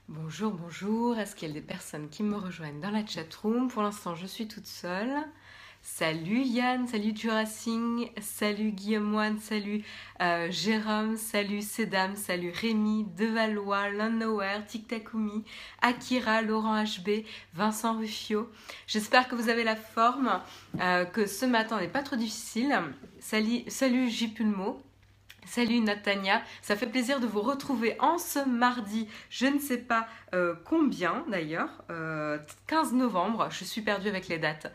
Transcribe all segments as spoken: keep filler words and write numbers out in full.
Bonjour, bonjour. Est-ce qu'il y a des personnes qui me rejoignent dans la chatroom? Pour l'instant, je suis toute seule. Salut Yann, salut Jurassing, salut Guillaume One, salut euh, Jérôme, salut Sedam, salut Rémi, Devalois, Nowhere, Tic Takumi, Akira, Laurent H B, Vincent Ruffio. J'espère que vous avez la forme, euh, que ce matin n'est pas trop difficile. Salut, salut J Pulmo. Salut Natania, ça fait plaisir de vous retrouver en ce mardi, je ne sais pas euh, combien d'ailleurs, euh, quinze novembre, je suis perdue avec les dates.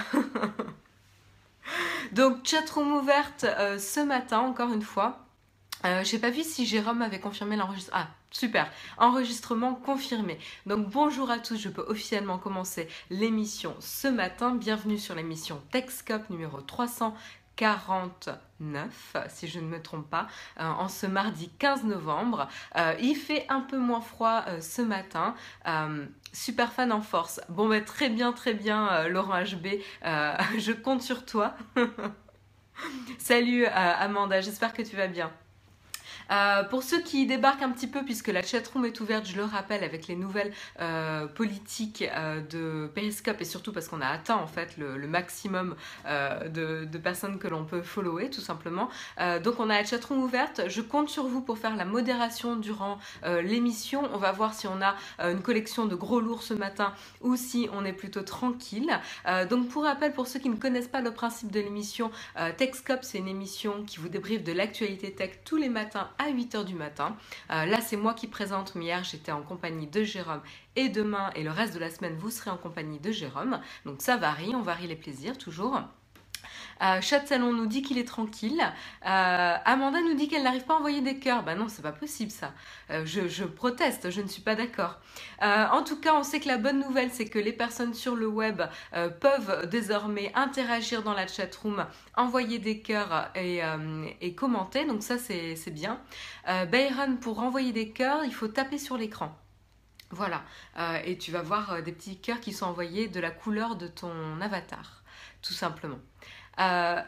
Donc chatroom ouverte euh, ce matin, encore une fois. Euh, j'ai pas vu si Jérôme avait confirmé l'enregistrement. Ah, super, enregistrement confirmé. Donc bonjour à tous, je peux officiellement commencer l'émission ce matin. Bienvenue sur l'émission Techscope numéro trois cent quarante-neuf, si je ne me trompe pas, euh, en ce mardi quinze novembre. Euh, il fait un peu moins froid euh, ce matin. Euh, super fan en force. Bon, bah, très bien, très bien, euh, Laurent H B. Euh, je compte sur toi. Salut euh, Amanda, j'espère que tu vas bien. Euh, pour ceux qui débarquent un petit peu, puisque la chatroom est ouverte, je le rappelle, avec les nouvelles euh, politiques euh, de Periscope et surtout parce qu'on a atteint en fait le, le maximum euh, de, de personnes que l'on peut follower tout simplement. Euh, donc on a la chatroom ouverte. Je compte sur vous pour faire la modération durant euh, l'émission. On va voir si on a euh, une collection de gros lourds ce matin ou si on est plutôt tranquille. Euh, donc pour rappel, pour ceux qui ne connaissent pas le principe de l'émission, euh, Techscope, c'est une émission qui vous débriefe de l'actualité tech tous les matins à huit heures du matin. Euh, là, c'est moi qui présente, mais hier, j'étais en compagnie de Jérôme et demain et le reste de la semaine, vous serez en compagnie de Jérôme. Donc ça varie, on varie les plaisirs toujours. Euh, Chat Salon nous dit qu'il est tranquille. Euh, Amanda nous dit qu'elle n'arrive pas à envoyer des cœurs. Bah non, c'est pas possible ça. Euh, je, je proteste, je ne suis pas d'accord. Euh, en tout cas, on sait que la bonne nouvelle, c'est que les personnes sur le web euh, peuvent désormais interagir dans la chatroom, envoyer des cœurs et, euh, et commenter. Donc ça, c'est bien. Euh, Bayron, pour envoyer des cœurs, il faut taper sur l'écran. Voilà. Euh, et tu vas voir euh, des petits cœurs qui sont envoyés de la couleur de ton avatar, tout simplement. Euh...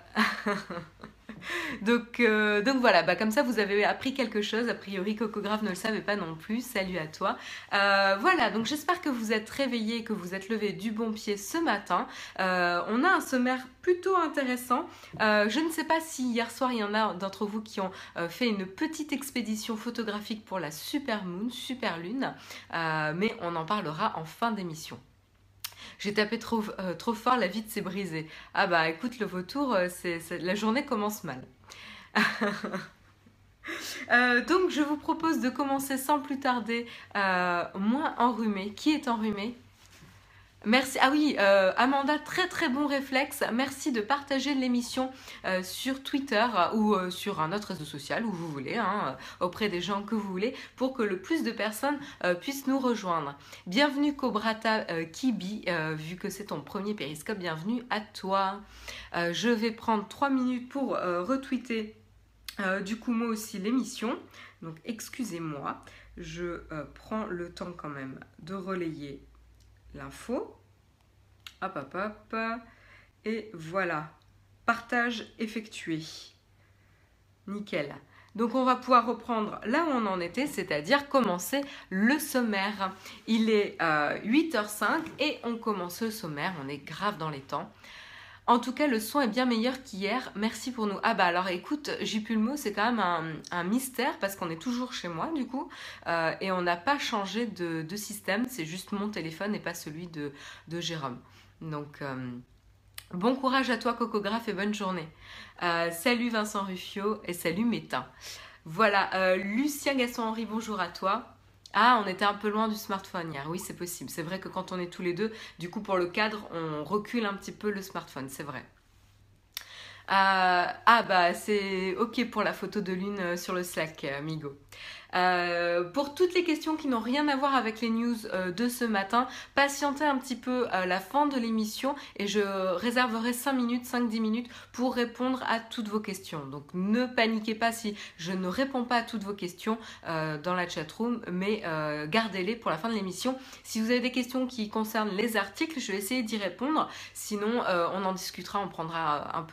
donc, euh, donc voilà, bah, comme ça vous avez appris quelque chose. A priori, Cocographe ne le savait pas non plus. Salut à toi. Euh, voilà, donc j'espère que vous êtes réveillés, que vous êtes levés du bon pied ce matin. Euh, on a un sommaire plutôt intéressant. Euh, je ne sais pas si hier soir il y en a d'entre vous qui ont euh, fait une petite expédition photographique pour la Super Moon, Super Lune, euh, mais on en parlera en fin d'émission. J'ai tapé trop, euh, trop fort, la vitre s'est brisée. Ah bah écoute, le vautour, euh, c'est, c'est, la journée commence mal. euh, donc je vous propose de commencer sans plus tarder, euh, moins enrhumé. Qui est enrhumé ? Merci. Ah oui, euh, Amanda, très très bon réflexe. Merci de partager l'émission euh, sur Twitter euh, ou euh, sur un autre réseau social où vous voulez, hein, euh, auprès des gens que vous voulez, pour que le plus de personnes euh, puissent nous rejoindre. Bienvenue Cobrata euh, Kibi, euh, vu que c'est ton premier périscope, bienvenue à toi. Euh, je vais prendre trois minutes pour euh, retweeter euh, du coup moi aussi l'émission. Donc excusez-moi, je euh, prends le temps quand même de relayer l'info. Hop, hop, hop. Et voilà. Partage effectué. Nickel. Donc on va pouvoir reprendre là où on en était, c'est-à-dire commencer le sommaire. Il est euh, huit heures cinq et on commence le sommaire. On est grave dans les temps. En tout cas, le son est bien meilleur qu'hier. Merci pour nous. Ah bah alors écoute, J Pulmo, c'est quand même un, un mystère parce qu'on est toujours chez moi du coup euh, et on n'a pas changé de, de système. C'est juste mon téléphone et pas celui de, de Jérôme. Donc euh, bon courage à toi Cocographe et bonne journée. Euh, salut Vincent Ruffio et salut Métain. Voilà, euh, Lucien Gaston-Henri, bonjour à toi. Ah, on était un peu loin du smartphone hier. Oui, c'est possible. C'est vrai que quand on est tous les deux, du coup, pour le cadre, on recule un petit peu le smartphone. C'est vrai. Euh, ah, bah, c'est OK pour la photo de lune sur le Slack, Migo. Euh, pour toutes les questions qui n'ont rien à voir avec les news euh, de ce matin, patientez un petit peu à la fin de l'émission et je réserverai cinq minutes, cinq dix minutes pour répondre à toutes vos questions. Donc ne paniquez pas si je ne réponds pas à toutes vos questions euh, dans la chatroom, mais euh, gardez-les pour la fin de l'émission. Si vous avez des questions qui concernent les articles, je vais essayer d'y répondre. Sinon, euh, on en discutera, on prendra un peu de temps pour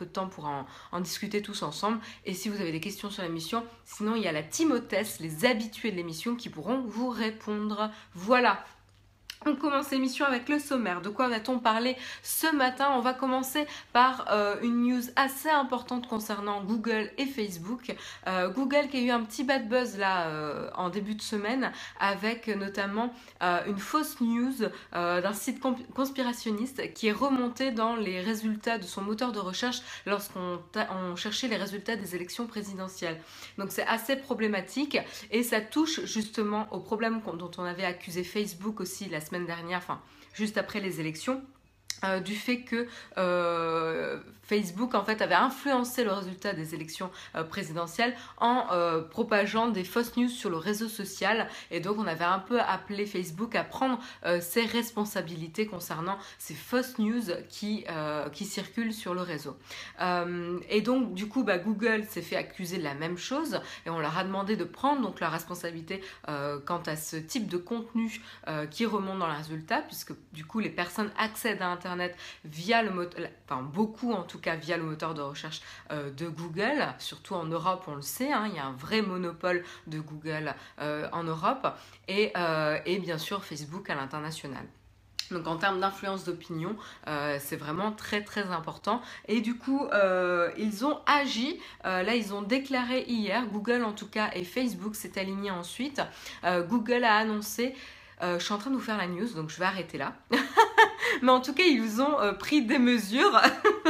pourra en, en discuter tous ensemble. Et si vous avez des questions sur l'émission, sinon il y a la team hôtesse, les habitués de l'émission qui pourront vous répondre. Voilà. On commence l'émission avec le sommaire. De quoi va-t-on parler ce matin? On va commencer par euh, une news assez importante concernant Google et Facebook. Euh, Google qui a eu un petit bad buzz là euh, en début de semaine avec notamment euh, une fausse news euh, d'un site conspirationniste qui est remonté dans les résultats de son moteur de recherche lorsqu'on on cherchait les résultats des élections présidentielles. Donc c'est assez problématique et ça touche justement au problème dont on avait accusé Facebook aussi la semaine dernière, enfin juste après les élections, euh, du fait que euh, Facebook en fait avait influencé le résultat des élections euh, présidentielles en euh, propageant des fausses news sur le réseau social, et donc on avait un peu appelé Facebook à prendre euh, ses responsabilités concernant ces fausses news qui, euh, qui circulent sur le réseau. Euh, et donc du coup bah, Google s'est fait accuser de la même chose et on leur a demandé de prendre donc leur responsabilité euh, quant à ce type de contenu euh, qui remonte dans les résultats, puisque du coup les personnes accèdent à Internet via le moteur, enfin beaucoup en tout cas via le moteur de recherche euh, de Google, surtout en Europe on le sait, hein, il y a un vrai monopole de Google euh, en Europe et, euh, et bien sûr Facebook à l'international. Donc en termes d'influence d'opinion, euh, c'est vraiment très très important. Et du coup, euh, ils ont agi. Euh, là, ils ont déclaré hier, Google en tout cas, et Facebook s'est aligné ensuite. Euh, Google a annoncé, euh, je suis en train de vous faire la news, donc je vais arrêter là. Mais en tout cas, ils ont euh, pris des mesures.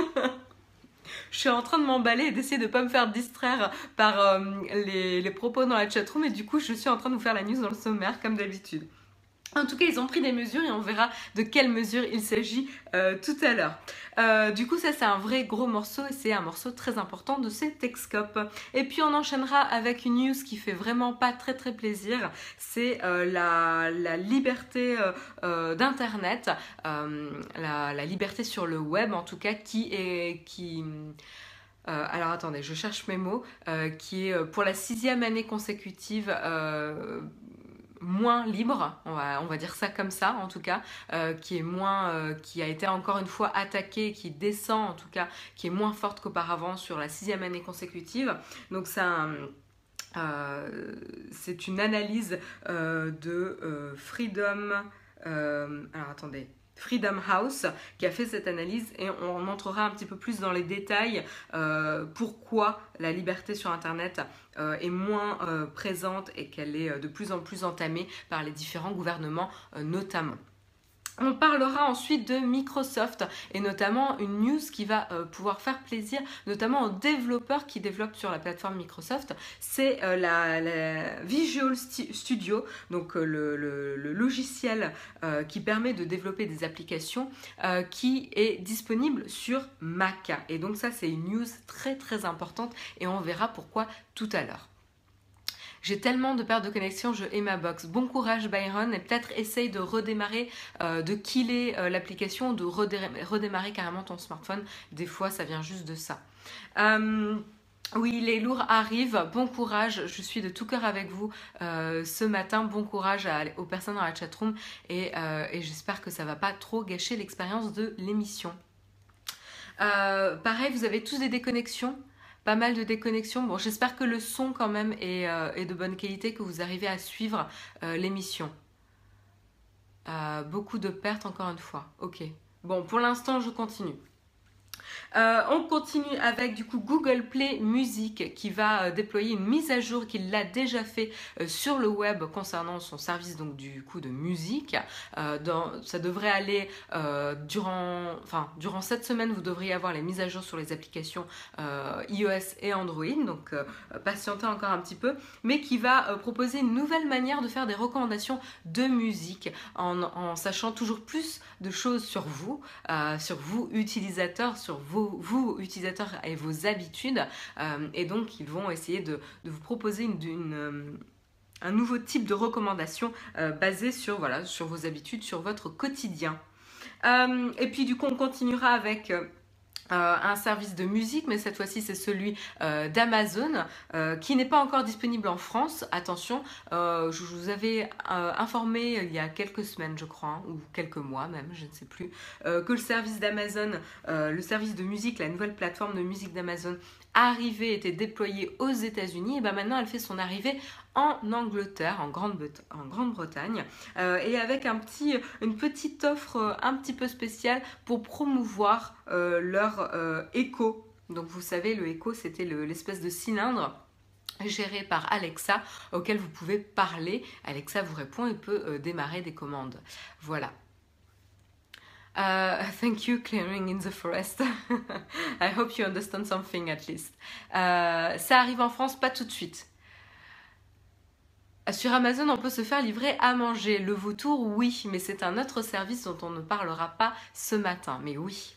Je suis en train de m'emballer et d'essayer de ne pas me faire distraire par euh, les, les propos dans la chatroom. Et du coup, je suis en train de vous faire la news dans le sommaire, comme d'habitude. En tout cas, ils ont pris des mesures et on verra de quelles mesures il s'agit euh, tout à l'heure. Euh, du coup, ça, c'est un vrai gros morceau et c'est un morceau très important de ces Techscope. Et puis, on enchaînera avec une news qui fait vraiment pas très très plaisir. C'est euh, la, la liberté euh, euh, d'Internet, euh, la, la liberté sur le web en tout cas, qui est... Qui, Euh, alors attendez, je cherche mes mots, euh, qui est pour la sixième année consécutive euh, moins libre, on va, on va dire ça comme ça en tout cas, euh, qui est moins, euh, qui a été encore une fois attaquée, qui descend en tout cas, qui est moins forte qu'auparavant sur la sixième année consécutive. Donc c'est un... Euh, c'est une analyse euh, de euh, Freedom... Euh, alors attendez... Freedom House qui a fait cette analyse et on entrera un petit peu plus dans les détails euh, pourquoi la liberté sur Internet euh, est moins euh, présente et qu'elle est de plus en plus entamée par les différents gouvernements euh, notamment. On parlera ensuite de Microsoft et notamment une news qui va euh, pouvoir faire plaisir notamment aux développeurs qui développent sur la plateforme Microsoft. C'est euh, la, la Visual Studio, donc euh, le, le, le logiciel euh, qui permet de développer des applications euh, qui est disponible sur Mac. Et donc ça, c'est une news très très importante et on verra pourquoi tout à l'heure. J'ai tellement de pertes de connexion, je hais ma box. Bon courage Byron et peut-être essaye de redémarrer, euh, de killer euh, l'application, de redé redémarrer carrément ton smartphone. Des fois, ça vient juste de ça. Euh, oui, les lourds arrivent. Bon courage, je suis de tout cœur avec vous euh, ce matin. Bon courage à, aux personnes dans la chatroom et, euh, et j'espère que ça ne va pas trop gâcher l'expérience de l'émission. Euh, pareil, vous avez tous des déconnexions? Pas mal de déconnexions. Bon, j'espère que le son quand même est, euh, est de bonne qualité, que vous arrivez à suivre euh, l'émission. Euh, beaucoup de pertes encore une fois. Ok. Bon, pour l'instant, je continue. Euh, on continue avec du coup Google Play Music qui va euh, déployer une mise à jour qu'il l'a déjà fait euh, sur le web concernant son service donc du coup de musique. Euh, dans, ça devrait aller euh, durant, enfin durant cette semaine, vous devriez avoir les mises à jour sur les applications euh, iOS et Android, donc euh, patientez encore un petit peu, mais qui va euh, proposer une nouvelle manière de faire des recommandations de musique en, en sachant toujours plus de choses sur vous, euh, sur vous utilisateurs, sur vos, vous utilisateurs et vos habitudes, euh, et donc ils vont essayer de, de vous proposer une, une, euh, un nouveau type de recommandation euh, basé sur, voilà, sur vos habitudes, sur votre quotidien. Euh, et puis du coup on continuera avec... Euh, Euh, un service de musique, mais cette fois-ci c'est celui euh, d'Amazon euh, qui n'est pas encore disponible en France. Attention, euh, je vous avais euh, informé il y a quelques semaines je crois, hein, ou quelques mois même, je ne sais plus, euh, que le service d'Amazon, euh, le service de musique, la nouvelle plateforme de musique d'Amazon arrivée, était déployée aux États-Unis. Et ben maintenant elle fait son arrivée en Angleterre, en Grande-Bretagne, en Grande-Bretagne euh, et avec un petit, une petite offre euh, un petit peu spéciale pour promouvoir euh, leur euh, Echo. Donc vous savez, le Echo, c'était l'espèce de cylindre géré par Alexa auquel vous pouvez parler. Alexa vous répond et peut euh, démarrer des commandes. Voilà. Uh, thank you, clearing in the forest. I hope you understand something at least. Uh, ça arrive en France, pas tout de suite. Sur Amazon, on peut se faire livrer à manger. Le vautour, oui, mais c'est un autre service dont on ne parlera pas ce matin. Mais oui.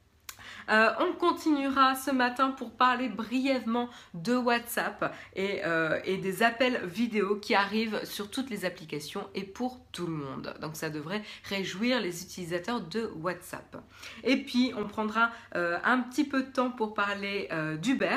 Euh, on continuera ce matin pour parler brièvement de WhatsApp et, euh, et des appels vidéo qui arrivent sur toutes les applications et pour tout le monde. Donc ça devrait réjouir les utilisateurs de WhatsApp. Et puis on prendra euh, un petit peu de temps pour parler euh, d'Uber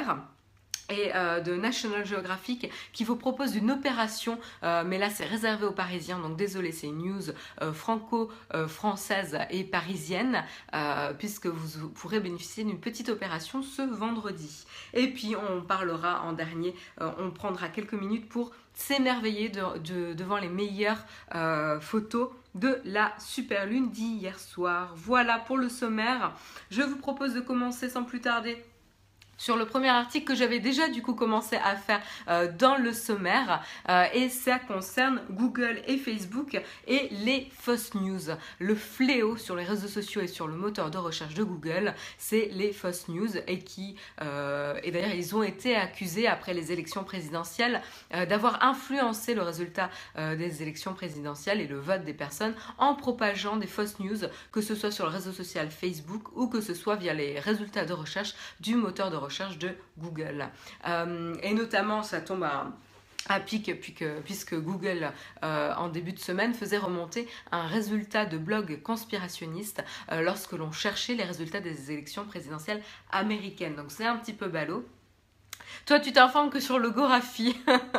et euh, de National Geographic qui vous propose une opération, euh, mais là c'est réservé aux Parisiens, donc désolé, c'est une news euh, franco-française et parisienne, euh, puisque vous pourrez bénéficier d'une petite opération ce vendredi. Et puis on parlera en dernier, euh, on prendra quelques minutes pour s'émerveiller de, de, devant les meilleures euh, photos de la super lune d'hier soir. Voilà pour le sommaire. Je vous propose de commencer sans plus tarder sur le premier article que j'avais déjà du coup commencé à faire euh, dans le sommaire euh, et ça concerne Google et Facebook et les fausses news. Le fléau sur les réseaux sociaux et sur le moteur de recherche de Google, c'est les fausses news et qui euh, et d'ailleurs ils ont été accusés après les élections présidentielles euh, d'avoir influencé le résultat euh, des élections présidentielles et le vote des personnes en propageant des fausses news, que ce soit sur le réseau social Facebook ou que ce soit via les résultats de recherche du moteur de recherche recherche de Google. Euh, et notamment, ça tombe à, à pic puisque, puisque Google, euh, en début de semaine, faisait remonter un résultat de blog conspirationniste euh, lorsque l'on cherchait les résultats des élections présidentielles américaines. Donc c'est un petit peu ballot. Toi, tu t'informes que sur l'ogographie,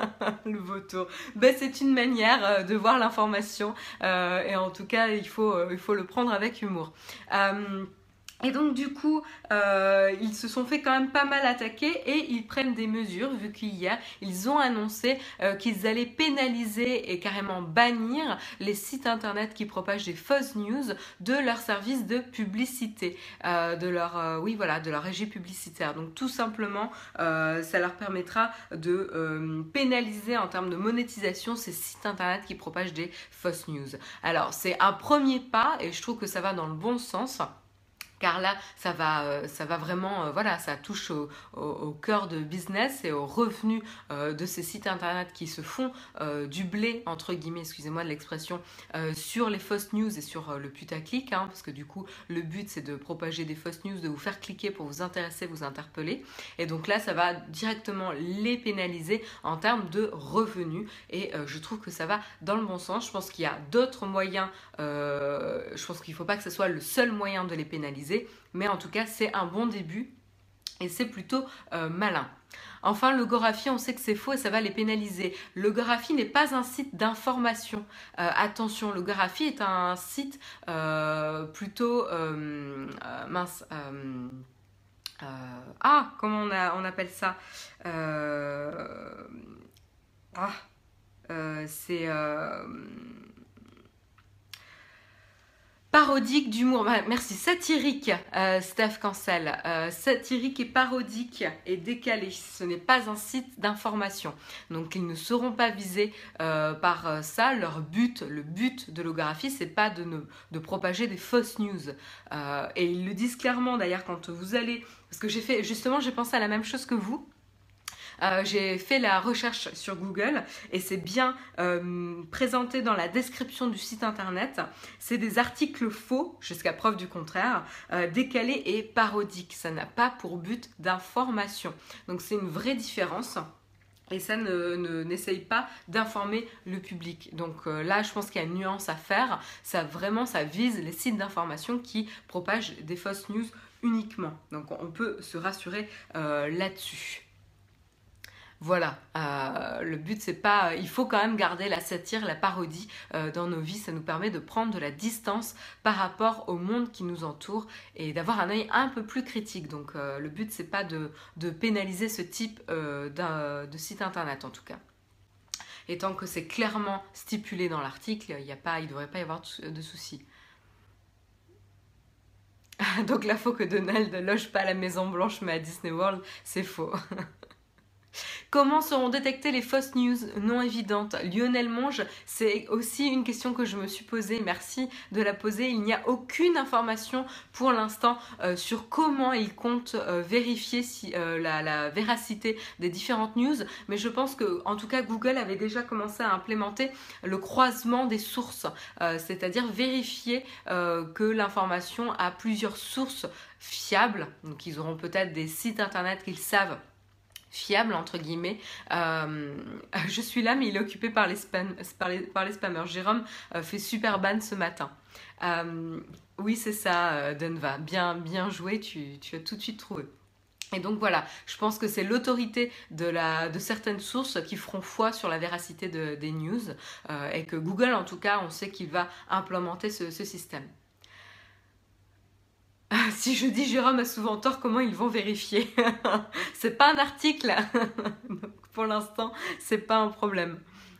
le vautour, ben, c'est une manière de voir l'information euh, et en tout cas, il faut, il faut le prendre avec humour. Euh, Et donc du coup, euh, ils se sont fait quand même pas mal attaquer et ils prennent des mesures, vu qu'hier, ils ont annoncé euh, qu'ils allaient pénaliser et carrément bannir les sites internet qui propagent des fausses news de leur service de publicité, euh, de leur, euh, oui, voilà, de leur régie publicitaire. Donc tout simplement, euh, ça leur permettra de euh, pénaliser en termes de monétisation ces sites internet qui propagent des fausses news. Alors c'est un premier pas et je trouve que ça va dans le bon sens. Car là, ça va, euh, ça va vraiment, euh, voilà, ça touche au, au, au cœur de business et aux revenus euh, de ces sites internet qui se font euh, du blé, entre guillemets, excusez-moi de l'expression, euh, sur les fausses news et sur euh, le putaclic, hein, parce que du coup, le but c'est de propager des fausses news, de vous faire cliquer pour vous intéresser, vous interpeller. Et donc là, ça va directement les pénaliser en termes de revenus et euh, je trouve que ça va dans le bon sens. Je pense qu'il y a d'autres moyens, euh, je pense qu'il ne faut pas que ce soit le seul moyen de les pénaliser, mais en tout cas c'est un bon début et c'est plutôt euh, malin. Enfin, l'ogographie, on sait que c'est faux et ça va les pénaliser. L'ogographie n'est pas un site d'information. Euh, attention, l'ogographie est un site euh, plutôt euh, euh, mince. Euh, euh, ah, comment on, a, on appelle ça euh, ah, euh, c'est euh, parodique d'humour, merci, satirique, euh, Steph Cancel, euh, satirique et parodique et décalé, ce n'est pas un site d'information, donc ils ne seront pas visés euh, par ça. Leur but, le but de l'ogographie, c'est pas de, ne, de propager des fausses news, euh, et ils le disent clairement d'ailleurs quand vous allez, parce que j'ai fait, justement j'ai pensé à la même chose que vous. Euh, j'ai fait la recherche sur Google et c'est bien euh, présenté dans la description du site internet. C'est des articles faux, jusqu'à preuve du contraire, euh, décalés et parodiques. Ça n'a pas pour but d'information. Donc c'est une vraie différence. Et ça ne, ne, n'essaye pas d'informer le public. Donc euh, là, je pense qu'il y a une nuance à faire. Ça vraiment, ça vise les sites d'information qui propagent des fausses news uniquement. Donc on peut se rassurer euh, là-dessus. Voilà, euh, le but c'est pas, il faut quand même garder la satire, la parodie euh, dans nos vies, ça nous permet de prendre de la distance par rapport au monde qui nous entoure et d'avoir un œil un peu plus critique. Donc euh, le but c'est pas de, de pénaliser ce type euh, de site internet en tout cas. Et tant que c'est clairement stipulé dans l'article, il y a pas, il ne devrait pas y avoir de, de soucis. Donc là, faut que Donald ne loge pas à la Maison Blanche mais à Disney World, c'est faux. Comment seront détectées les fausses news non évidentes? Lionel Monge, c'est aussi une question que je me suis posée. Merci de la poser. Il n'y a aucune information pour l'instant euh, sur comment il compte euh, vérifier si, euh, la, la véracité des différentes news. Mais je pense que, en tout cas, Google avait déjà commencé à implémenter le croisement des sources, euh, c'est-à-dire vérifier euh, que l'information a plusieurs sources fiables. Donc, ils auront peut-être des sites internet qu'ils savent fiable entre guillemets. Euh, je suis là mais il est occupé par les, spam, par les, par les spammers. Jérôme euh, fait super ban ce matin. Euh, oui c'est ça euh, Denva, bien, bien joué, tu, tu as tout de suite trouvé. Et donc voilà, je pense que c'est l'autorité de, la, de certaines sources qui feront foi sur la véracité de, des news euh, et que Google en tout cas on sait qu'il va implémenter ce, ce système. Si je dis Jérôme a souvent tort, comment ils vont vérifier? C'est pas un article. Donc pour l'instant, c'est pas un problème.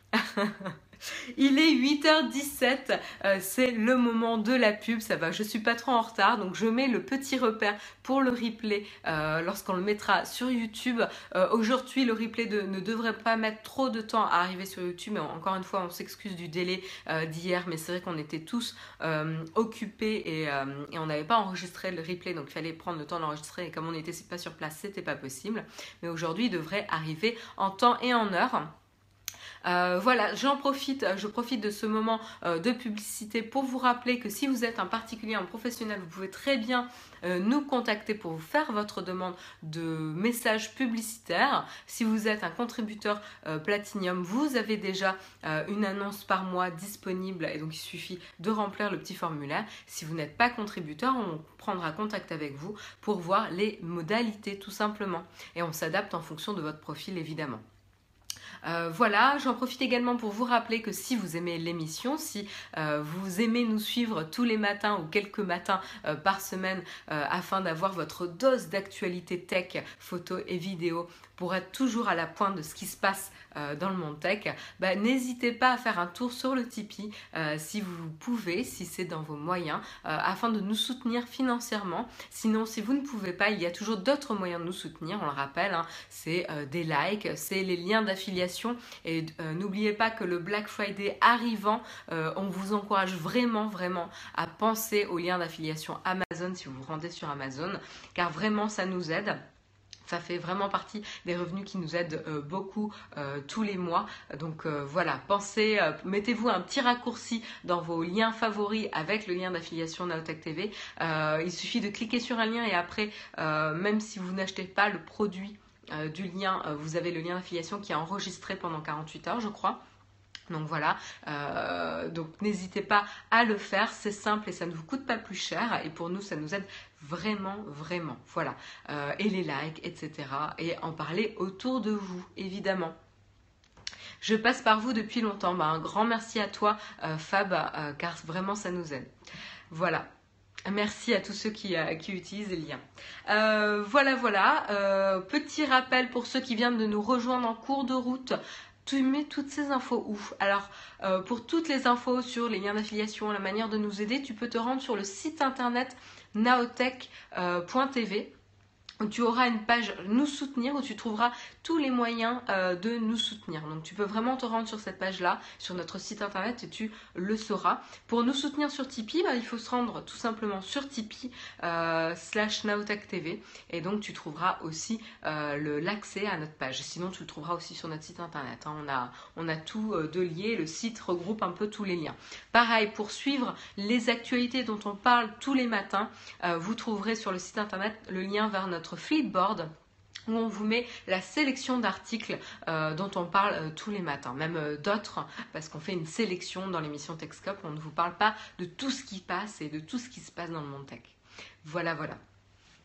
Il est huit heures dix-sept, euh, c'est le moment de la pub, ça va, je suis pas trop en retard, donc je mets le petit repère pour le replay euh, lorsqu'on le mettra sur YouTube. Euh, Aujourd'hui, le replay de, ne devrait pas mettre trop de temps à arriver sur YouTube, mais encore une fois, on s'excuse du délai euh, d'hier, mais c'est vrai qu'on était tous euh, occupés et, euh, et on n'avait pas enregistré le replay, donc il fallait prendre le temps d'enregistrer, et comme on n'était pas sur place, c'était pas possible. Mais aujourd'hui, il devrait arriver en temps et en heure. Euh, voilà, j'en profite, je profite de ce moment euh, de publicité pour vous rappeler que si vous êtes un particulier, un professionnel, vous pouvez très bien euh, nous contacter pour vous faire votre demande de messages publicitaires. Si vous êtes un contributeur euh, Platinium, vous avez déjà euh, une annonce par mois disponible et donc il suffit de remplir le petit formulaire. Si vous n'êtes pas contributeur, on prendra contact avec vous pour voir les modalités tout simplement et on s'adapte en fonction de votre profil évidemment. Euh, voilà, j'en profite également pour vous rappeler que si vous aimez l'émission, si euh, vous aimez nous suivre tous les matins ou quelques matins euh, par semaine euh, afin d'avoir votre dose d'actualité tech, photos et vidéos pour être toujours à la pointe de ce qui se passe euh, dans le monde tech, bah, n'hésitez pas à faire un tour sur le Tipeee euh, si vous pouvez, si c'est dans vos moyens, euh, afin de nous soutenir financièrement. Sinon, si vous ne pouvez pas, il y a toujours d'autres moyens de nous soutenir, on le rappelle, hein, c'est euh, des likes, c'est les liens d'affiliation et euh, n'oubliez pas que le Black Friday arrivant, euh, on vous encourage vraiment, vraiment à penser aux liens d'affiliation Amazon si vous vous rendez sur Amazon, car vraiment ça nous aide. Ça fait vraiment partie des revenus qui nous aident euh, beaucoup euh, tous les mois. Donc euh, voilà, pensez, euh, mettez-vous un petit raccourci dans vos liens favoris avec le lien d'affiliation Nowtech T V. Euh, il suffit de cliquer sur un lien et après, euh, même si vous n'achetez pas le produit euh, du lien, euh, vous avez le lien d'affiliation qui est enregistré pendant quarante-huit heures, je crois. Donc voilà, euh, donc n'hésitez pas à le faire, c'est simple et ça ne vous coûte pas plus cher et pour nous ça nous aide vraiment, vraiment, voilà. Euh, et les likes, et cetera. Et en parler autour de vous, évidemment. Je passe par vous depuis longtemps, bah, un grand merci à toi euh, Fab, euh, car vraiment ça nous aide. Voilà. Merci à tous ceux qui, euh, qui utilisent les liens. Euh, voilà, voilà. Euh, petit rappel pour ceux qui viennent de nous rejoindre en cours de route. Tu mets toutes ces infos où? Alors, euh, pour toutes les infos sur les liens d'affiliation, la manière de nous aider, tu peux te rendre sur le site internet nowtech point t v. Où tu auras une page nous soutenir où tu trouveras tous les moyens euh, de nous soutenir. Donc tu peux vraiment te rendre sur cette page-là, sur notre site internet et tu le sauras. Pour nous soutenir sur Tipeee, bah, il faut se rendre tout simplement sur Tipeee euh, slash Nowtech T V et donc tu trouveras aussi euh, l'accès à notre page. Sinon tu le trouveras aussi sur notre site internet. Hein. On a, on a tout euh, de lié, le site regroupe un peu tous les liens. Pareil, pour suivre les actualités dont on parle tous les matins, euh, vous trouverez sur le site internet le lien vers notre Flipboard où on vous met la sélection d'articles euh, dont on parle euh, tous les matins, même euh, d'autres, parce qu'on fait une sélection dans l'émission TechScope, on ne vous parle pas de tout ce qui passe et de tout ce qui se passe dans le monde tech. Voilà, voilà.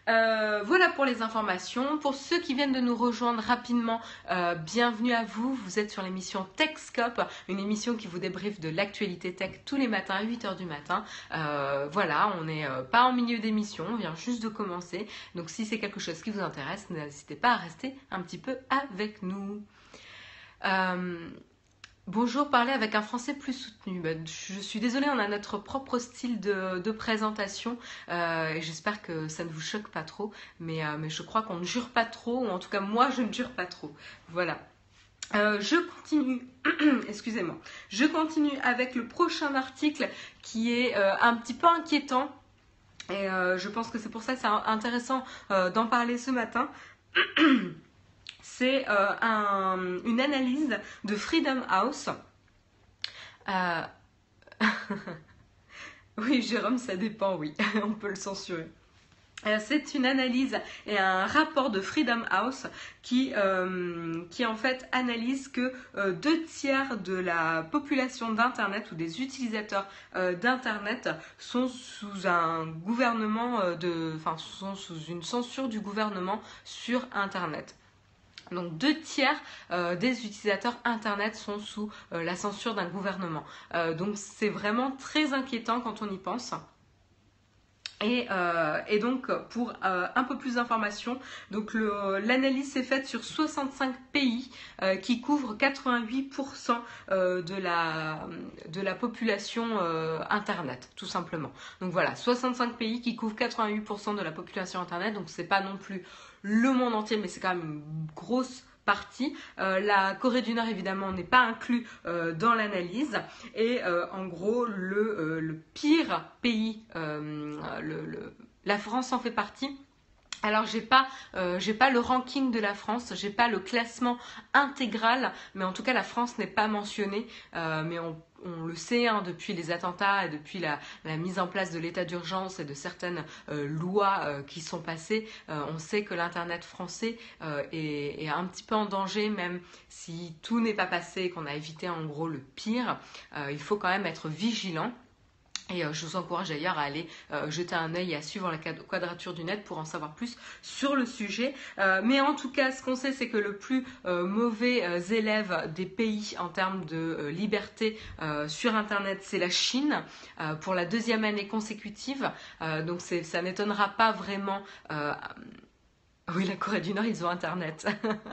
Euh, voilà pour les informations. Pour ceux qui viennent de nous rejoindre rapidement, euh, bienvenue à vous. Vous êtes sur l'émission TechScope, une émission qui vous débriefe de l'actualité tech tous les matins à huit heures du matin. Euh, voilà, on n'est euh, pas en milieu d'émission, on vient juste de commencer. Donc si c'est quelque chose qui vous intéresse, n'hésitez pas à rester un petit peu avec nous. Euh, Bonjour, parler avec un français plus soutenu. Ben, je suis désolée, on a notre propre style de, de présentation euh, et j'espère que ça ne vous choque pas trop, mais, euh, mais je crois qu'on ne jure pas trop, ou en tout cas moi je ne jure pas trop. Voilà. Euh, je continue, excusez-moi, je continue avec le prochain article qui est euh, un petit peu inquiétant et euh, je pense que c'est pour ça que c'est intéressant euh, d'en parler ce matin. C'est euh, un, une analyse de Freedom House. Euh... oui, Jérôme, ça dépend, oui, on peut le censurer. Euh, c'est une analyse et un rapport de Freedom House qui, euh, qui en fait analyse que euh, deux tiers de la population d'Internet ou des utilisateurs euh, d'Internet sont sous un gouvernement, euh, de, enfin, sont sous une censure du gouvernement sur Internet. Donc deux tiers euh, des utilisateurs Internet sont sous euh, la censure d'un gouvernement. Euh, donc c'est vraiment très inquiétant quand on y pense. Et, euh, et donc pour euh, un peu plus d'informations, donc l'analyse s'est faite sur soixante-cinq pays euh, qui couvrent quatre-vingt-huit pour cent euh, de, la, de la population euh, Internet, tout simplement. Donc voilà, soixante-cinq pays qui couvrent quatre-vingt-huit pour cent de la population Internet, donc c'est pas non plus le monde entier, mais c'est quand même une grosse partie. Euh, la Corée du Nord évidemment n'est pas inclus euh, dans l'analyse et euh, en gros le, euh, le pire pays, euh, le, le, la France en fait partie. Alors j'ai pas, euh, j'ai pas le ranking de la France, j'ai pas le classement intégral, mais en tout cas la France n'est pas mentionnée, euh, mais on On le sait hein, depuis les attentats et depuis la, la mise en place de l'état d'urgence et de certaines euh, lois euh, qui sont passées, euh, on sait que l'Internet français euh, est, est un petit peu en danger, même si tout n'est pas passé et qu'on a évité en gros le pire. Euh, il faut quand même être vigilant. Et euh, je vous encourage d'ailleurs à aller euh, jeter un œil et à suivre la quadrature du net pour en savoir plus sur le sujet. Euh, mais en tout cas, ce qu'on sait, c'est que le plus euh, mauvais euh, élève des pays en termes de euh, liberté euh, sur Internet, c'est la Chine, euh, pour la deuxième année consécutive. Euh, donc ça n'étonnera pas vraiment. Euh... Oui, la Corée du Nord, ils ont Internet.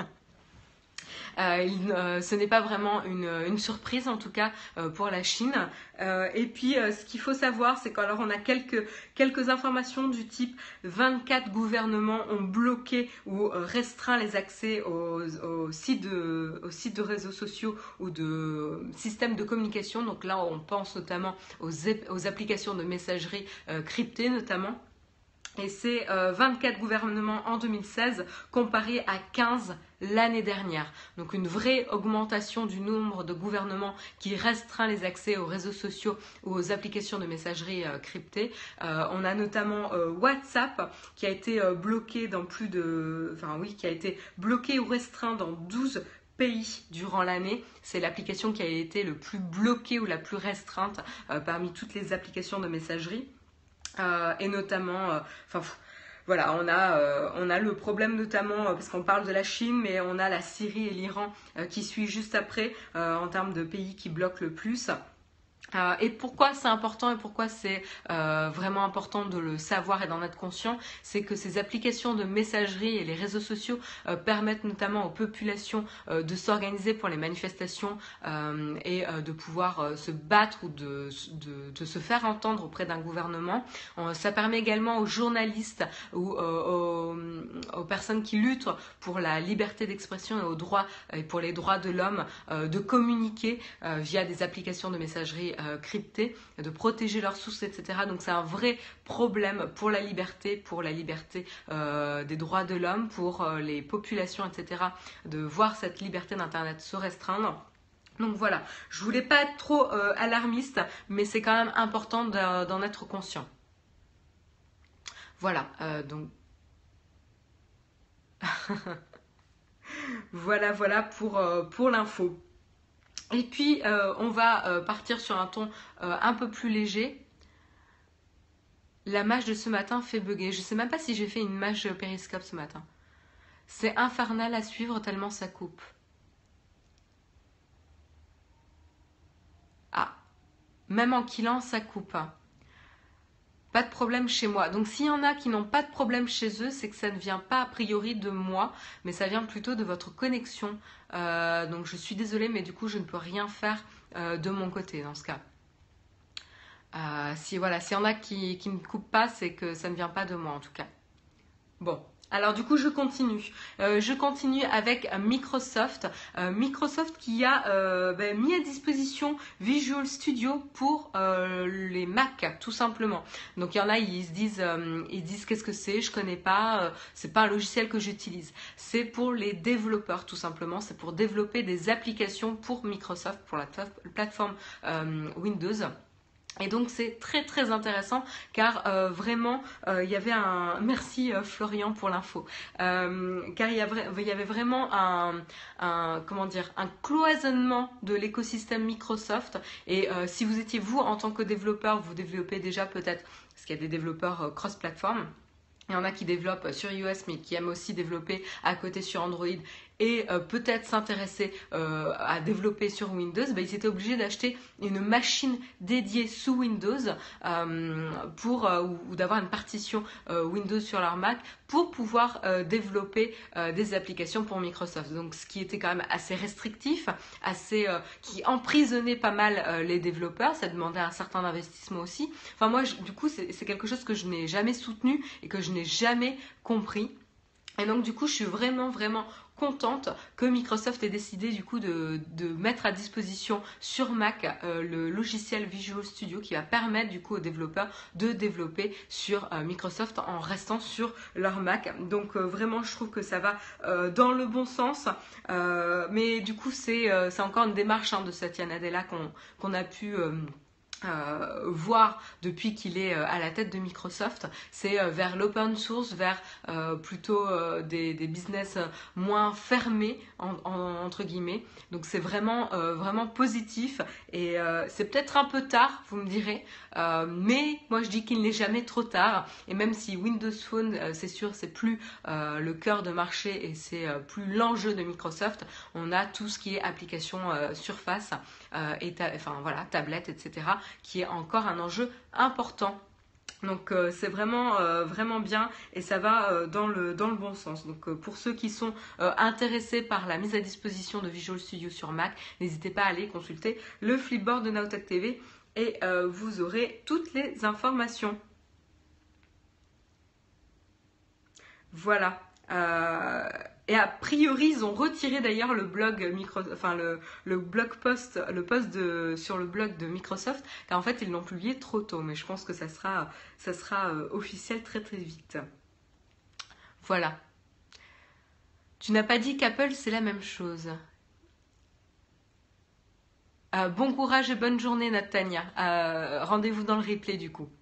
Euh, il, euh, ce n'est pas vraiment une, une surprise en tout cas euh, pour la Chine. Euh, et puis euh, ce qu'il faut savoir, c'est qu'alors on a quelques, quelques informations du type vingt-quatre gouvernements ont bloqué ou restreint les accès aux, aux, sites de, aux sites de réseaux sociaux ou de systèmes de communication. Donc là on pense notamment aux, aux applications de messagerie euh, cryptées notamment. Et c'est euh, vingt-quatre gouvernements en deux mille seize comparé à quinze l'année dernière. Donc une vraie augmentation du nombre de gouvernements qui restreint les accès aux réseaux sociaux ou aux applications de messagerie euh, cryptées. Euh, on a notamment euh, WhatsApp qui a été euh, bloqué dans plus de... Enfin oui, qui a été bloqué ou restreint dans douze pays durant l'année. C'est l'application qui a été le plus bloquée ou la plus restreinte euh, parmi toutes les applications de messagerie. Euh, et notamment, euh, enfin voilà, on a, euh, on a le problème notamment, euh, parce qu'on parle de la Chine, mais on a la Syrie et l'Iran euh, qui suivent juste après euh, en termes de pays qui bloquent le plus. Euh, et pourquoi c'est important et pourquoi c'est euh, vraiment important de le savoir et d'en être conscient, c'est que ces applications de messagerie et les réseaux sociaux euh, permettent notamment aux populations euh, de s'organiser pour les manifestations euh, et euh, de pouvoir euh, se battre ou de, de, de se faire entendre auprès d'un gouvernement. Euh, ça permet également aux journalistes ou euh, aux, aux personnes qui luttent pour la liberté d'expression et aux droits et pour les droits de l'homme euh, de communiquer euh, via des applications de messagerie Euh, cryptées, de protéger leurs sources, et cetera. Donc c'est un vrai problème pour la liberté, pour la liberté euh, des droits de l'homme, pour euh, les populations, et cetera, de voir cette liberté d'Internet se restreindre. Donc voilà, je voulais pas être trop euh, alarmiste, mais c'est quand même important d'en être conscient. Voilà, euh, donc... voilà, voilà pour, euh, pour l'info. Et puis, euh, on va euh, partir sur un ton euh, un peu plus léger. La mage de ce matin fait bugger. Je sais même pas si j'ai fait une mage périscope ce matin. C'est infernal à suivre tellement ça coupe. Ah, même en killant, ça coupe. Pas de problème chez moi. Donc s'il y en a qui n'ont pas de problème chez eux, c'est que ça ne vient pas a priori de moi, mais ça vient plutôt de votre connexion. Euh, donc je suis désolée, mais du coup je ne peux rien faire euh, de mon côté dans ce cas. Euh, si voilà, s'il y en a qui, qui ne coupent pas, c'est que ça ne vient pas de moi en tout cas. Bon. Alors du coup je continue, euh, je continue avec Microsoft, euh, Microsoft qui a euh, ben, mis à disposition Visual Studio pour euh, les Mac tout simplement. Donc il y en a ils se disent, euh, ils disent qu'est-ce que c'est, je connais pas, euh, c'est pas un logiciel que j'utilise. C'est pour les développeurs tout simplement, c'est pour développer des applications pour Microsoft, pour la plateforme euh, Windows. Et donc c'est très très intéressant car euh, vraiment euh, il y avait un merci euh, Florian pour l'info euh, car il y, avait, il y avait vraiment un, un comment dire un cloisonnement de l'écosystème Microsoft et euh, si vous étiez vous en tant que développeur vous développez déjà peut-être parce qu'il y a des développeurs euh, cross-platform. Il y en a qui développent sur iOS mais qui aiment aussi développer à côté sur Android et euh, peut-être s'intéresser euh, à développer sur Windows, bah, ils étaient obligés d'acheter une machine dédiée sous Windows euh, pour, euh, ou, ou d'avoir une partition euh, Windows sur leur Mac pour pouvoir euh, développer euh, des applications pour Microsoft. Donc ce qui était quand même assez restrictif, assez, euh, qui emprisonnait pas mal euh, les développeurs, ça demandait un certain investissement aussi. Enfin moi je, du coup c'est, c'est quelque chose que je n'ai jamais soutenu et que je n'ai jamais compris. Et donc du coup je suis vraiment vraiment contente que Microsoft ait décidé du coup de, de mettre à disposition sur Mac euh, le logiciel Visual Studio qui va permettre du coup aux développeurs de développer sur euh, Microsoft en restant sur leur Mac. Donc euh, vraiment je trouve que ça va euh, dans le bon sens. Euh, mais du coup c'est euh, c'est encore une démarche hein, de Satya Nadella qu'on qu'on a pu... Euh, Euh, voir depuis qu'il est euh, à la tête de Microsoft, c'est euh, vers l'open source, vers euh, plutôt euh, des, des business moins fermés en, en, entre guillemets. Donc c'est vraiment euh, vraiment positif et euh, c'est peut-être un peu tard, vous me direz, euh, mais moi je dis qu'il n'est jamais trop tard. Et même si Windows Phone, euh, c'est sûr, c'est plus euh, le cœur de marché et c'est euh, plus l'enjeu de Microsoft, on a tout ce qui est application euh, Surface euh, et ta, enfin voilà, tablette, et cetera qui est encore un enjeu important. Donc euh, c'est vraiment euh, vraiment bien et ça va euh, dans le dans le bon sens. Donc euh, pour ceux qui sont euh, intéressés par la mise à disposition de Visual Studio sur Mac, n'hésitez pas à aller consulter le Flipboard de Nowtech T V et euh, vous aurez toutes les informations. Voilà. Euh, et a priori, ils ont retiré d'ailleurs le blog micro, enfin le, le blog post, le post de, sur le blog de Microsoft, car en fait ils l'ont publié trop tôt. Mais je pense que ça sera, ça sera euh, officiel très très vite. Voilà. Tu n'as pas dit qu'Apple c'est la même chose. Euh, bon courage et bonne journée, Natania. Euh, rendez-vous dans le replay du coup.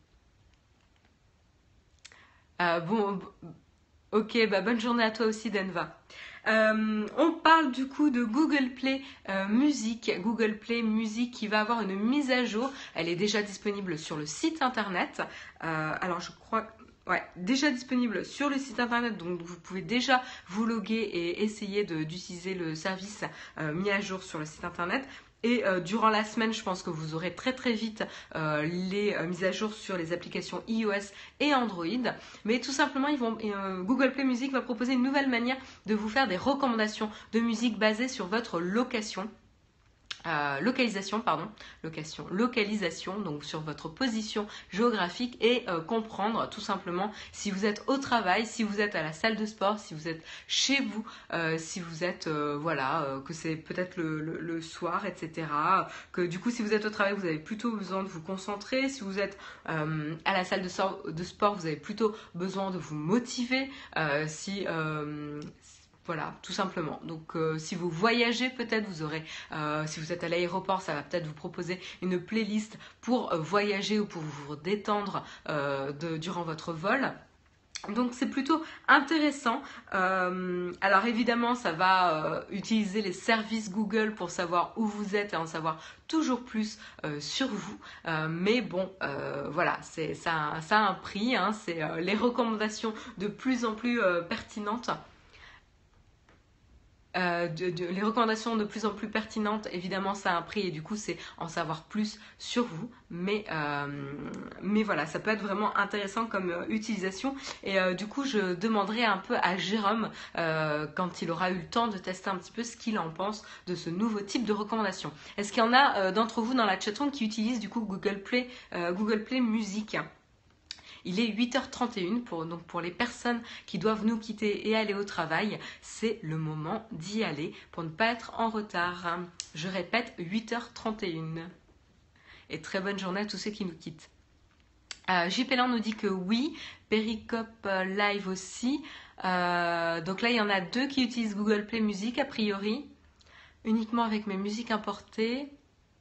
Euh, bon. Ok, bah bonne journée à toi aussi Denva. Euh, on parle du coup de Google Play euh, Music, Google Play Music qui va avoir une mise à jour. Elle est déjà disponible sur le site internet. Euh, alors je crois... Ouais, déjà disponible sur le site internet, donc vous pouvez déjà vous loguer et essayer de, d'utiliser le service euh, mis à jour sur le site internet. Et euh, durant la semaine, je pense que vous aurez très très vite euh, les euh, mises à jour sur les applications iOS et Android. Mais tout simplement, ils vont, euh, Google Play Music va proposer une nouvelle manière de vous faire des recommandations de musique basées sur votre location. Euh, localisation, pardon, location, localisation, donc sur votre position géographique et euh, comprendre tout simplement si vous êtes au travail, si vous êtes à la salle de sport, si vous êtes chez vous, euh, si vous êtes, euh, voilà, euh, que c'est peut-être le, le, le soir, et cetera. Que du coup, si vous êtes au travail, vous avez plutôt besoin de vous concentrer. Si vous êtes euh, à la salle de, so- de sport, vous avez plutôt besoin de vous motiver. Euh, si euh, Voilà, tout simplement. Donc, euh, si vous voyagez, peut-être vous aurez, euh, si vous êtes à l'aéroport, ça va peut-être vous proposer une playlist pour euh, voyager ou pour vous détendre euh, de, durant votre vol. Donc c'est plutôt intéressant. Euh, alors évidemment, ça va euh, utiliser les services Google pour savoir où vous êtes et en savoir toujours plus euh, sur vous. Euh, mais bon, euh, voilà, c'est ça, ça a un prix. Hein, c'est euh, les recommandations de plus en plus euh, pertinentes. Euh, de, de, les recommandations de plus en plus pertinentes, évidemment ça a un prix et du coup c'est en savoir plus sur vous, mais, euh, mais voilà, ça peut être vraiment intéressant comme euh, utilisation et euh, du coup je demanderai un peu à Jérôme euh, quand il aura eu le temps de tester un petit peu ce qu'il en pense de ce nouveau type de recommandation. Est-ce qu'il y en a euh, d'entre vous dans la chatroom qui utilisent du coup Google Play, euh, Google Play Music? Il est huit heures trente et une, pour, donc pour les personnes qui doivent nous quitter et aller au travail, c'est le moment d'y aller pour ne pas être en retard. Je répète, huit heures trente et une. Et très bonne journée à tous ceux qui nous quittent. Euh, J P Lan nous dit que oui, Periscope Live aussi. Euh, donc là, il y en a deux qui utilisent Google Play Music a priori, uniquement avec mes musiques importées.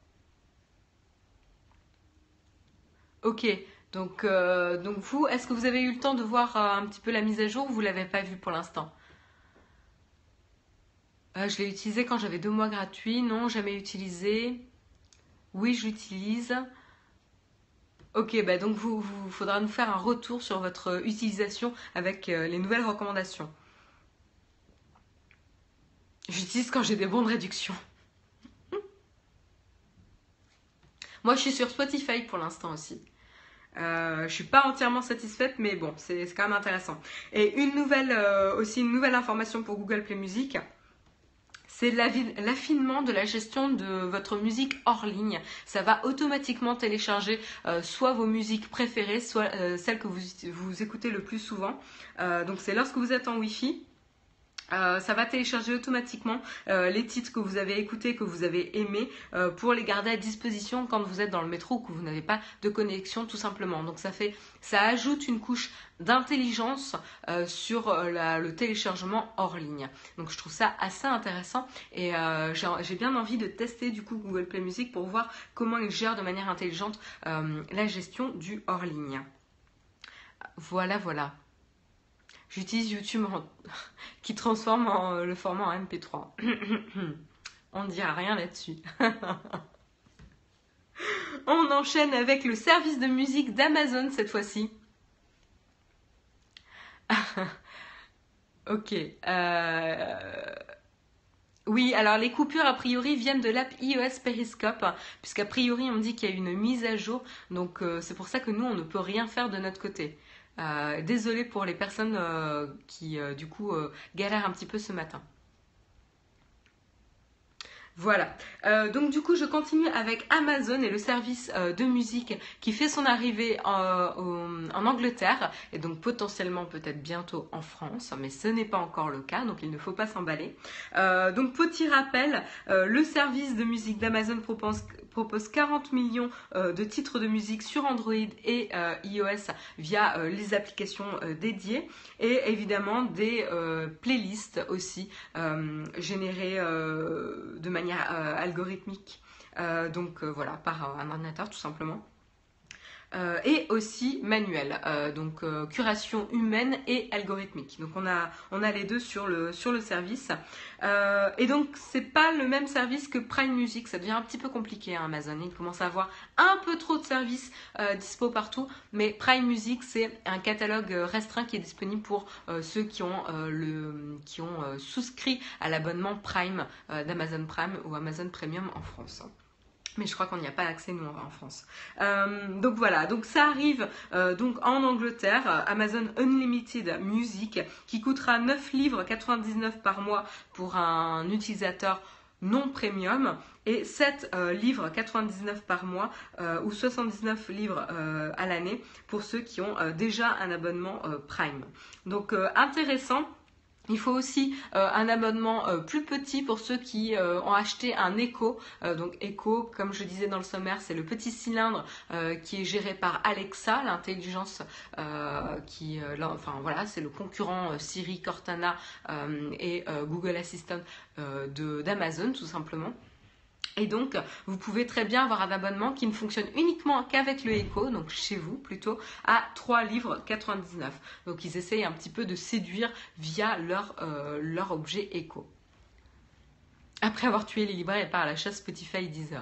Ok. Donc, euh, donc vous, est-ce que vous avez eu le temps de voir euh, un petit peu la mise à jour ou vous ne l'avez pas vue pour l'instant? euh, Je l'ai utilisé quand j'avais deux mois gratuits. Non, jamais utilisé. Oui, je l'utilise. Ok, bah donc vous, vous faudra nous faire un retour sur votre utilisation avec euh, les nouvelles recommandations. J'utilise quand j'ai des bons de réduction. Moi, je suis sur Spotify pour l'instant aussi. Euh, je suis pas entièrement satisfaite, mais bon, c'est quand même intéressant. Et une nouvelle, euh, aussi une nouvelle information pour Google Play Music, c'est l'affinement de la gestion de votre musique hors ligne. Ça va automatiquement télécharger euh, soit vos musiques préférées, soit euh, celles que vous, vous écoutez le plus souvent. Euh, donc c'est lorsque vous êtes en Wi-Fi. Euh, ça va télécharger automatiquement euh, les titres que vous avez écoutés, que vous avez aimés, euh, pour les garder à disposition quand vous êtes dans le métro ou que vous n'avez pas de connexion tout simplement. Donc ça fait, ça ajoute une couche d'intelligence euh, sur euh, la, le téléchargement hors ligne. Donc je trouve ça assez intéressant et euh, j'ai bien envie de tester du coup Google Play Music pour voir comment il gère de manière intelligente euh, la gestion du hors ligne. Voilà, voilà. J'utilise YouTube en... qui transforme en, le format en M P trois. On ne dira rien là-dessus. On enchaîne avec le service de musique d'Amazon cette fois-ci. Ok. Euh... Oui, alors les coupures a priori viennent de l'app iOS Periscope, puisqu'a priori on dit qu'il y a une mise à jour, donc euh, c'est pour ça que nous on ne peut rien faire de notre côté. Euh, désolée pour les personnes euh, qui euh, du coup euh, galèrent un petit peu ce matin. Voilà, euh, donc du coup je continue avec Amazon et le service euh, de musique qui fait son arrivée en, en Angleterre et donc potentiellement peut-être bientôt en France, mais ce n'est pas encore le cas, donc il ne faut pas s'emballer. Euh, donc petit rappel, euh, le service de musique d'Amazon propose, propose quarante millions euh, de titres de musique sur Android et euh, iOS via euh, les applications euh, dédiées et évidemment des euh, playlists aussi euh, générées euh, de manière Euh, algorithmique, euh, donc euh, voilà, par un ordinateur tout simplement. Euh, et aussi manuel, euh, donc euh, curation humaine et algorithmique. Donc on a, on a les deux sur le, sur le service. Euh, et donc c'est pas le même service que Prime Music, ça devient un petit peu compliqué hein, Amazon. Il commence à avoir un peu trop de services euh, dispo partout, mais Prime Music c'est un catalogue restreint qui est disponible pour euh, ceux qui ont, euh, le, qui ont euh, souscrit à l'abonnement Prime euh, d'Amazon Prime ou Amazon Premium en France. Mais je crois qu'on n'y a pas accès nous en France. Euh, donc voilà, donc ça arrive euh, donc en Angleterre, Amazon Unlimited Music, qui coûtera neuf livres quatre-vingt-dix-neuf par mois pour un utilisateur non premium et sept euh, livres quatre-vingt-dix-neuf par mois euh, ou soixante-dix-neuf livres euh, à l'année pour ceux qui ont euh, déjà un abonnement euh, Prime. Donc euh, intéressant. Il faut aussi euh, un abonnement euh, plus petit pour ceux qui euh, ont acheté un Echo. Euh, donc Echo, comme je disais dans le sommaire, c'est le petit cylindre euh, qui est géré par Alexa, l'intelligence euh, qui, euh, là, enfin voilà, c'est le concurrent euh, Siri, Cortana euh, et euh, Google Assistant euh, d'Amazon tout simplement. Et donc, vous pouvez très bien avoir un abonnement qui ne fonctionne uniquement qu'avec le Echo, donc chez vous plutôt, à trois livres quatre-vingt-dix-neuf. Donc, ils essayent un petit peu de séduire via leur, euh, leur objet Echo. Après avoir tué les libraires et par la chasse Spotify Deezer.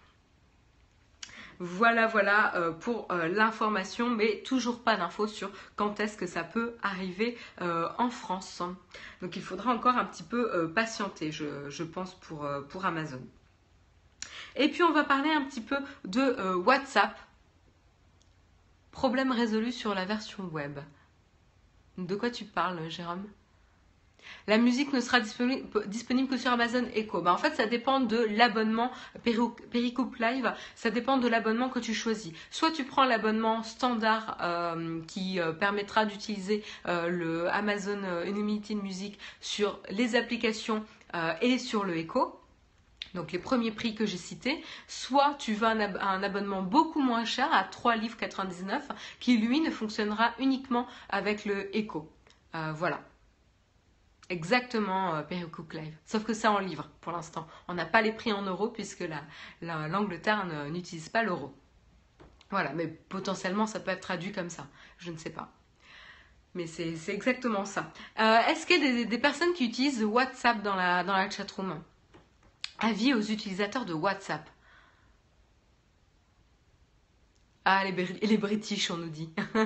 Voilà, voilà euh, pour euh, l'information, mais toujours pas d'infos sur quand est-ce que ça peut arriver euh, en France. Donc, il faudra encore un petit peu euh, patienter, je, je pense, pour, euh, pour Amazon. Et puis on va parler un petit peu de euh, WhatsApp. Problème résolu sur la version web. De quoi tu parles, Jérôme? La musique ne sera disponible, disponible que sur Amazon Echo. Bah, en fait, ça dépend de l'abonnement Periscope Live. Ça dépend de l'abonnement que tu choisis. Soit tu prends l'abonnement standard euh, qui euh, permettra d'utiliser euh, le Amazon Unlimited Music sur les applications euh, et sur le Echo. Donc les premiers prix que j'ai cités, soit tu veux un, ab un abonnement beaucoup moins cher à trois livres quatre-vingt-dix-neuf qui lui ne fonctionnera uniquement avec le Echo. Euh, voilà. Exactement euh, Periscope Live. Sauf que c'est en livre pour l'instant. On n'a pas les prix en euros puisque l'Angleterre n'utilise pas l'euro. Voilà, mais potentiellement ça peut être traduit comme ça. Je ne sais pas. Mais c'est exactement ça. Euh, Est-ce qu'il y a des, des personnes qui utilisent WhatsApp dans la, dans la chatroom ? Avis aux utilisateurs de WhatsApp. Ah, les, les British, on nous dit.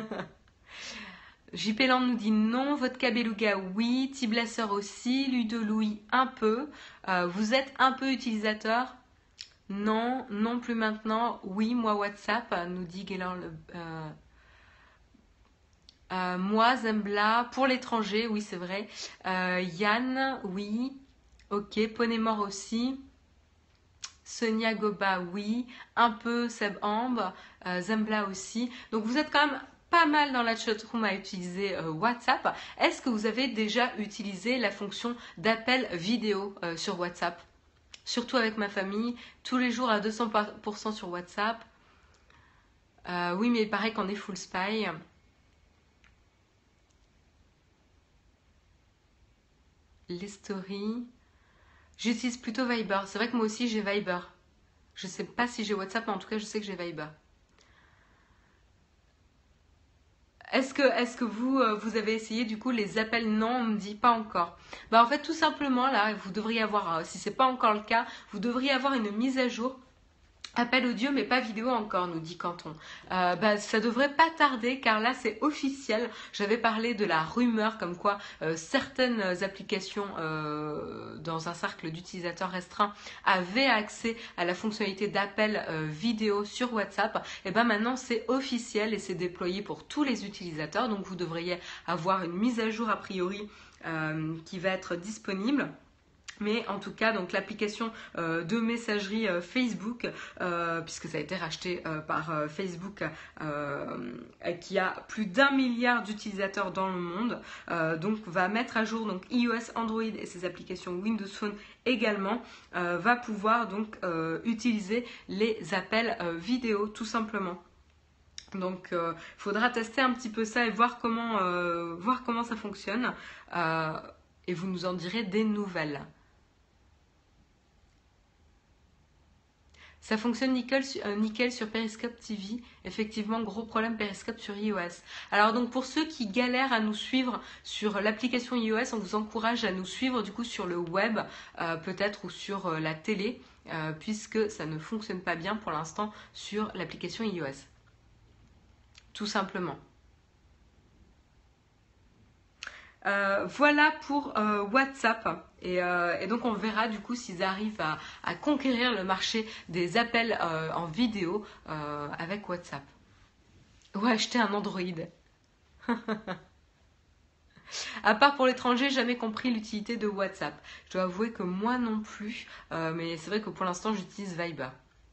J P Land nous dit non. Vodka Beluga, oui. Tiblasser aussi. Ludo Louis, un peu. Euh, vous êtes un peu utilisateur? Non, non plus maintenant. Oui, moi WhatsApp, nous dit Gaylor. Euh, euh, moi, Zembla, pour l'étranger, oui, c'est vrai. Euh, Yann, oui. Ok, Poney Mort aussi. Sonia Goba, oui. Un peu Seb Ambe. Euh, Zembla aussi. Donc vous êtes quand même pas mal dans la chatroom à utiliser euh, WhatsApp. Est-ce que vous avez déjà utilisé la fonction d'appel vidéo euh, sur WhatsApp? Surtout avec ma famille, tous les jours à deux cents pour cent sur WhatsApp. Euh, oui, mais il paraît qu'on est full spy. Les stories. J'utilise plutôt Viber. C'est vrai que moi aussi j'ai Viber. Je ne sais pas si j'ai WhatsApp, mais en tout cas je sais que j'ai Viber. Est-ce que, est-ce que vous, euh, vous avez essayé du coup les appels? Non, on me dit pas encore. Bah en fait tout simplement là, vous devriez avoir, euh, si c'est pas encore le cas, vous devriez avoir une mise à jour. Appel audio mais pas vidéo encore, nous dit Canton. Euh, bah, ça devrait pas tarder car là c'est officiel. J'avais parlé de la rumeur comme quoi euh, certaines applications euh, dans un cercle d'utilisateurs restreint avaient accès à la fonctionnalité d'appel euh, vidéo sur WhatsApp. Et ben maintenant c'est officiel et c'est déployé pour tous les utilisateurs. Donc vous devriez avoir une mise à jour a priori euh, qui va être disponible. Mais en tout cas, donc l'application euh, de messagerie euh, Facebook, euh, puisque ça a été racheté euh, par euh, Facebook, euh, qui a plus d'un milliard d'utilisateurs dans le monde, euh, donc va mettre à jour donc iOS, Android et ses applications Windows Phone également, euh, va pouvoir donc euh, utiliser les appels euh, vidéo tout simplement. Donc, il euh, faudra tester un petit peu ça et voir comment, euh, voir comment ça fonctionne. Euh, et vous nous en direz des nouvelles. Ça fonctionne nickel, euh, nickel sur Periscope T V. Effectivement, gros problème Periscope sur iOS. Alors donc pour ceux qui galèrent à nous suivre sur l'application iOS, on vous encourage à nous suivre du coup sur le web, euh, peut-être ou sur euh, la télé, euh, puisque ça ne fonctionne pas bien pour l'instant sur l'application iOS. Tout simplement. Euh, voilà pour euh, WhatsApp et, euh, et donc on verra du coup s'ils arrivent à, à conquérir le marché des appels euh, en vidéo euh, avec WhatsApp. Ou acheter un Android. À part pour l'étranger, jamais compris l'utilité de WhatsApp. Je dois avouer que moi non plus, euh, mais c'est vrai que pour l'instant j'utilise Viber.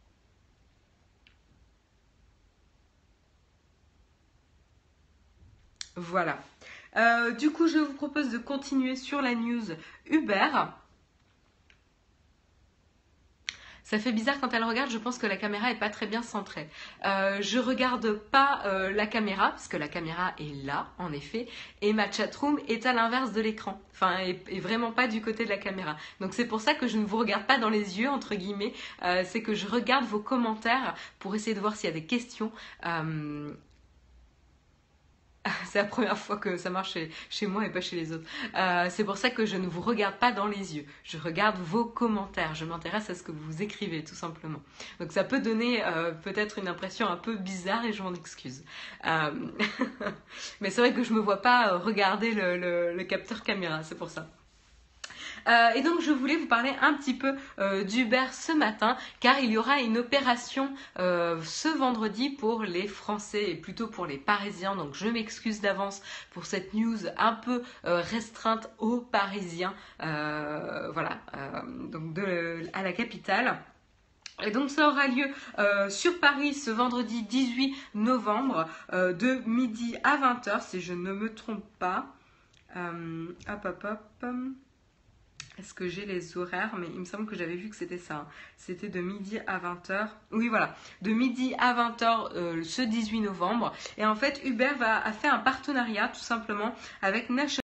Voilà. Euh, du coup, je vous propose de continuer sur la news Uber. Ça fait bizarre quand elle regarde, je pense que la caméra est pas très bien centrée. Euh, je regarde pas euh, la caméra, parce que la caméra est là, en effet, et ma chatroom est à l'inverse de l'écran. Enfin, est, est vraiment pas du côté de la caméra. Donc c'est pour ça que je ne vous regarde pas dans les yeux, entre guillemets. Euh, c'est que je regarde vos commentaires pour essayer de voir s'il y a des questions. Euh, C'est la première fois que ça marche chez, chez moi et pas chez les autres. Euh, c'est pour ça que je ne vous regarde pas dans les yeux. Je regarde vos commentaires. Je m'intéresse à ce que vous écrivez, tout simplement. Donc ça peut donner euh, peut-être une impression un peu bizarre et je m'en excuse. Euh... Mais c'est vrai que je me vois pas regarder le, le, le capteur caméra, c'est pour ça. Euh, et donc je voulais vous parler un petit peu euh, d'Uber ce matin car il y aura une opération euh, ce vendredi pour les Français et plutôt pour les Parisiens. Donc je m'excuse d'avance pour cette news un peu euh, restreinte aux Parisiens, euh, voilà, euh, donc de, à la capitale. Et donc ça aura lieu euh, sur Paris ce vendredi dix-huit novembre euh, de midi à vingt heures si je ne me trompe pas. Euh, hop hop hop. Est-ce que j'ai les horaires? Mais il me semble que j'avais vu que c'était ça. C'était de midi à vingt heures. Oui, voilà. De midi à vingt heures euh, ce dix-huit novembre. Et en fait, Uber va, a fait un partenariat tout simplement avec National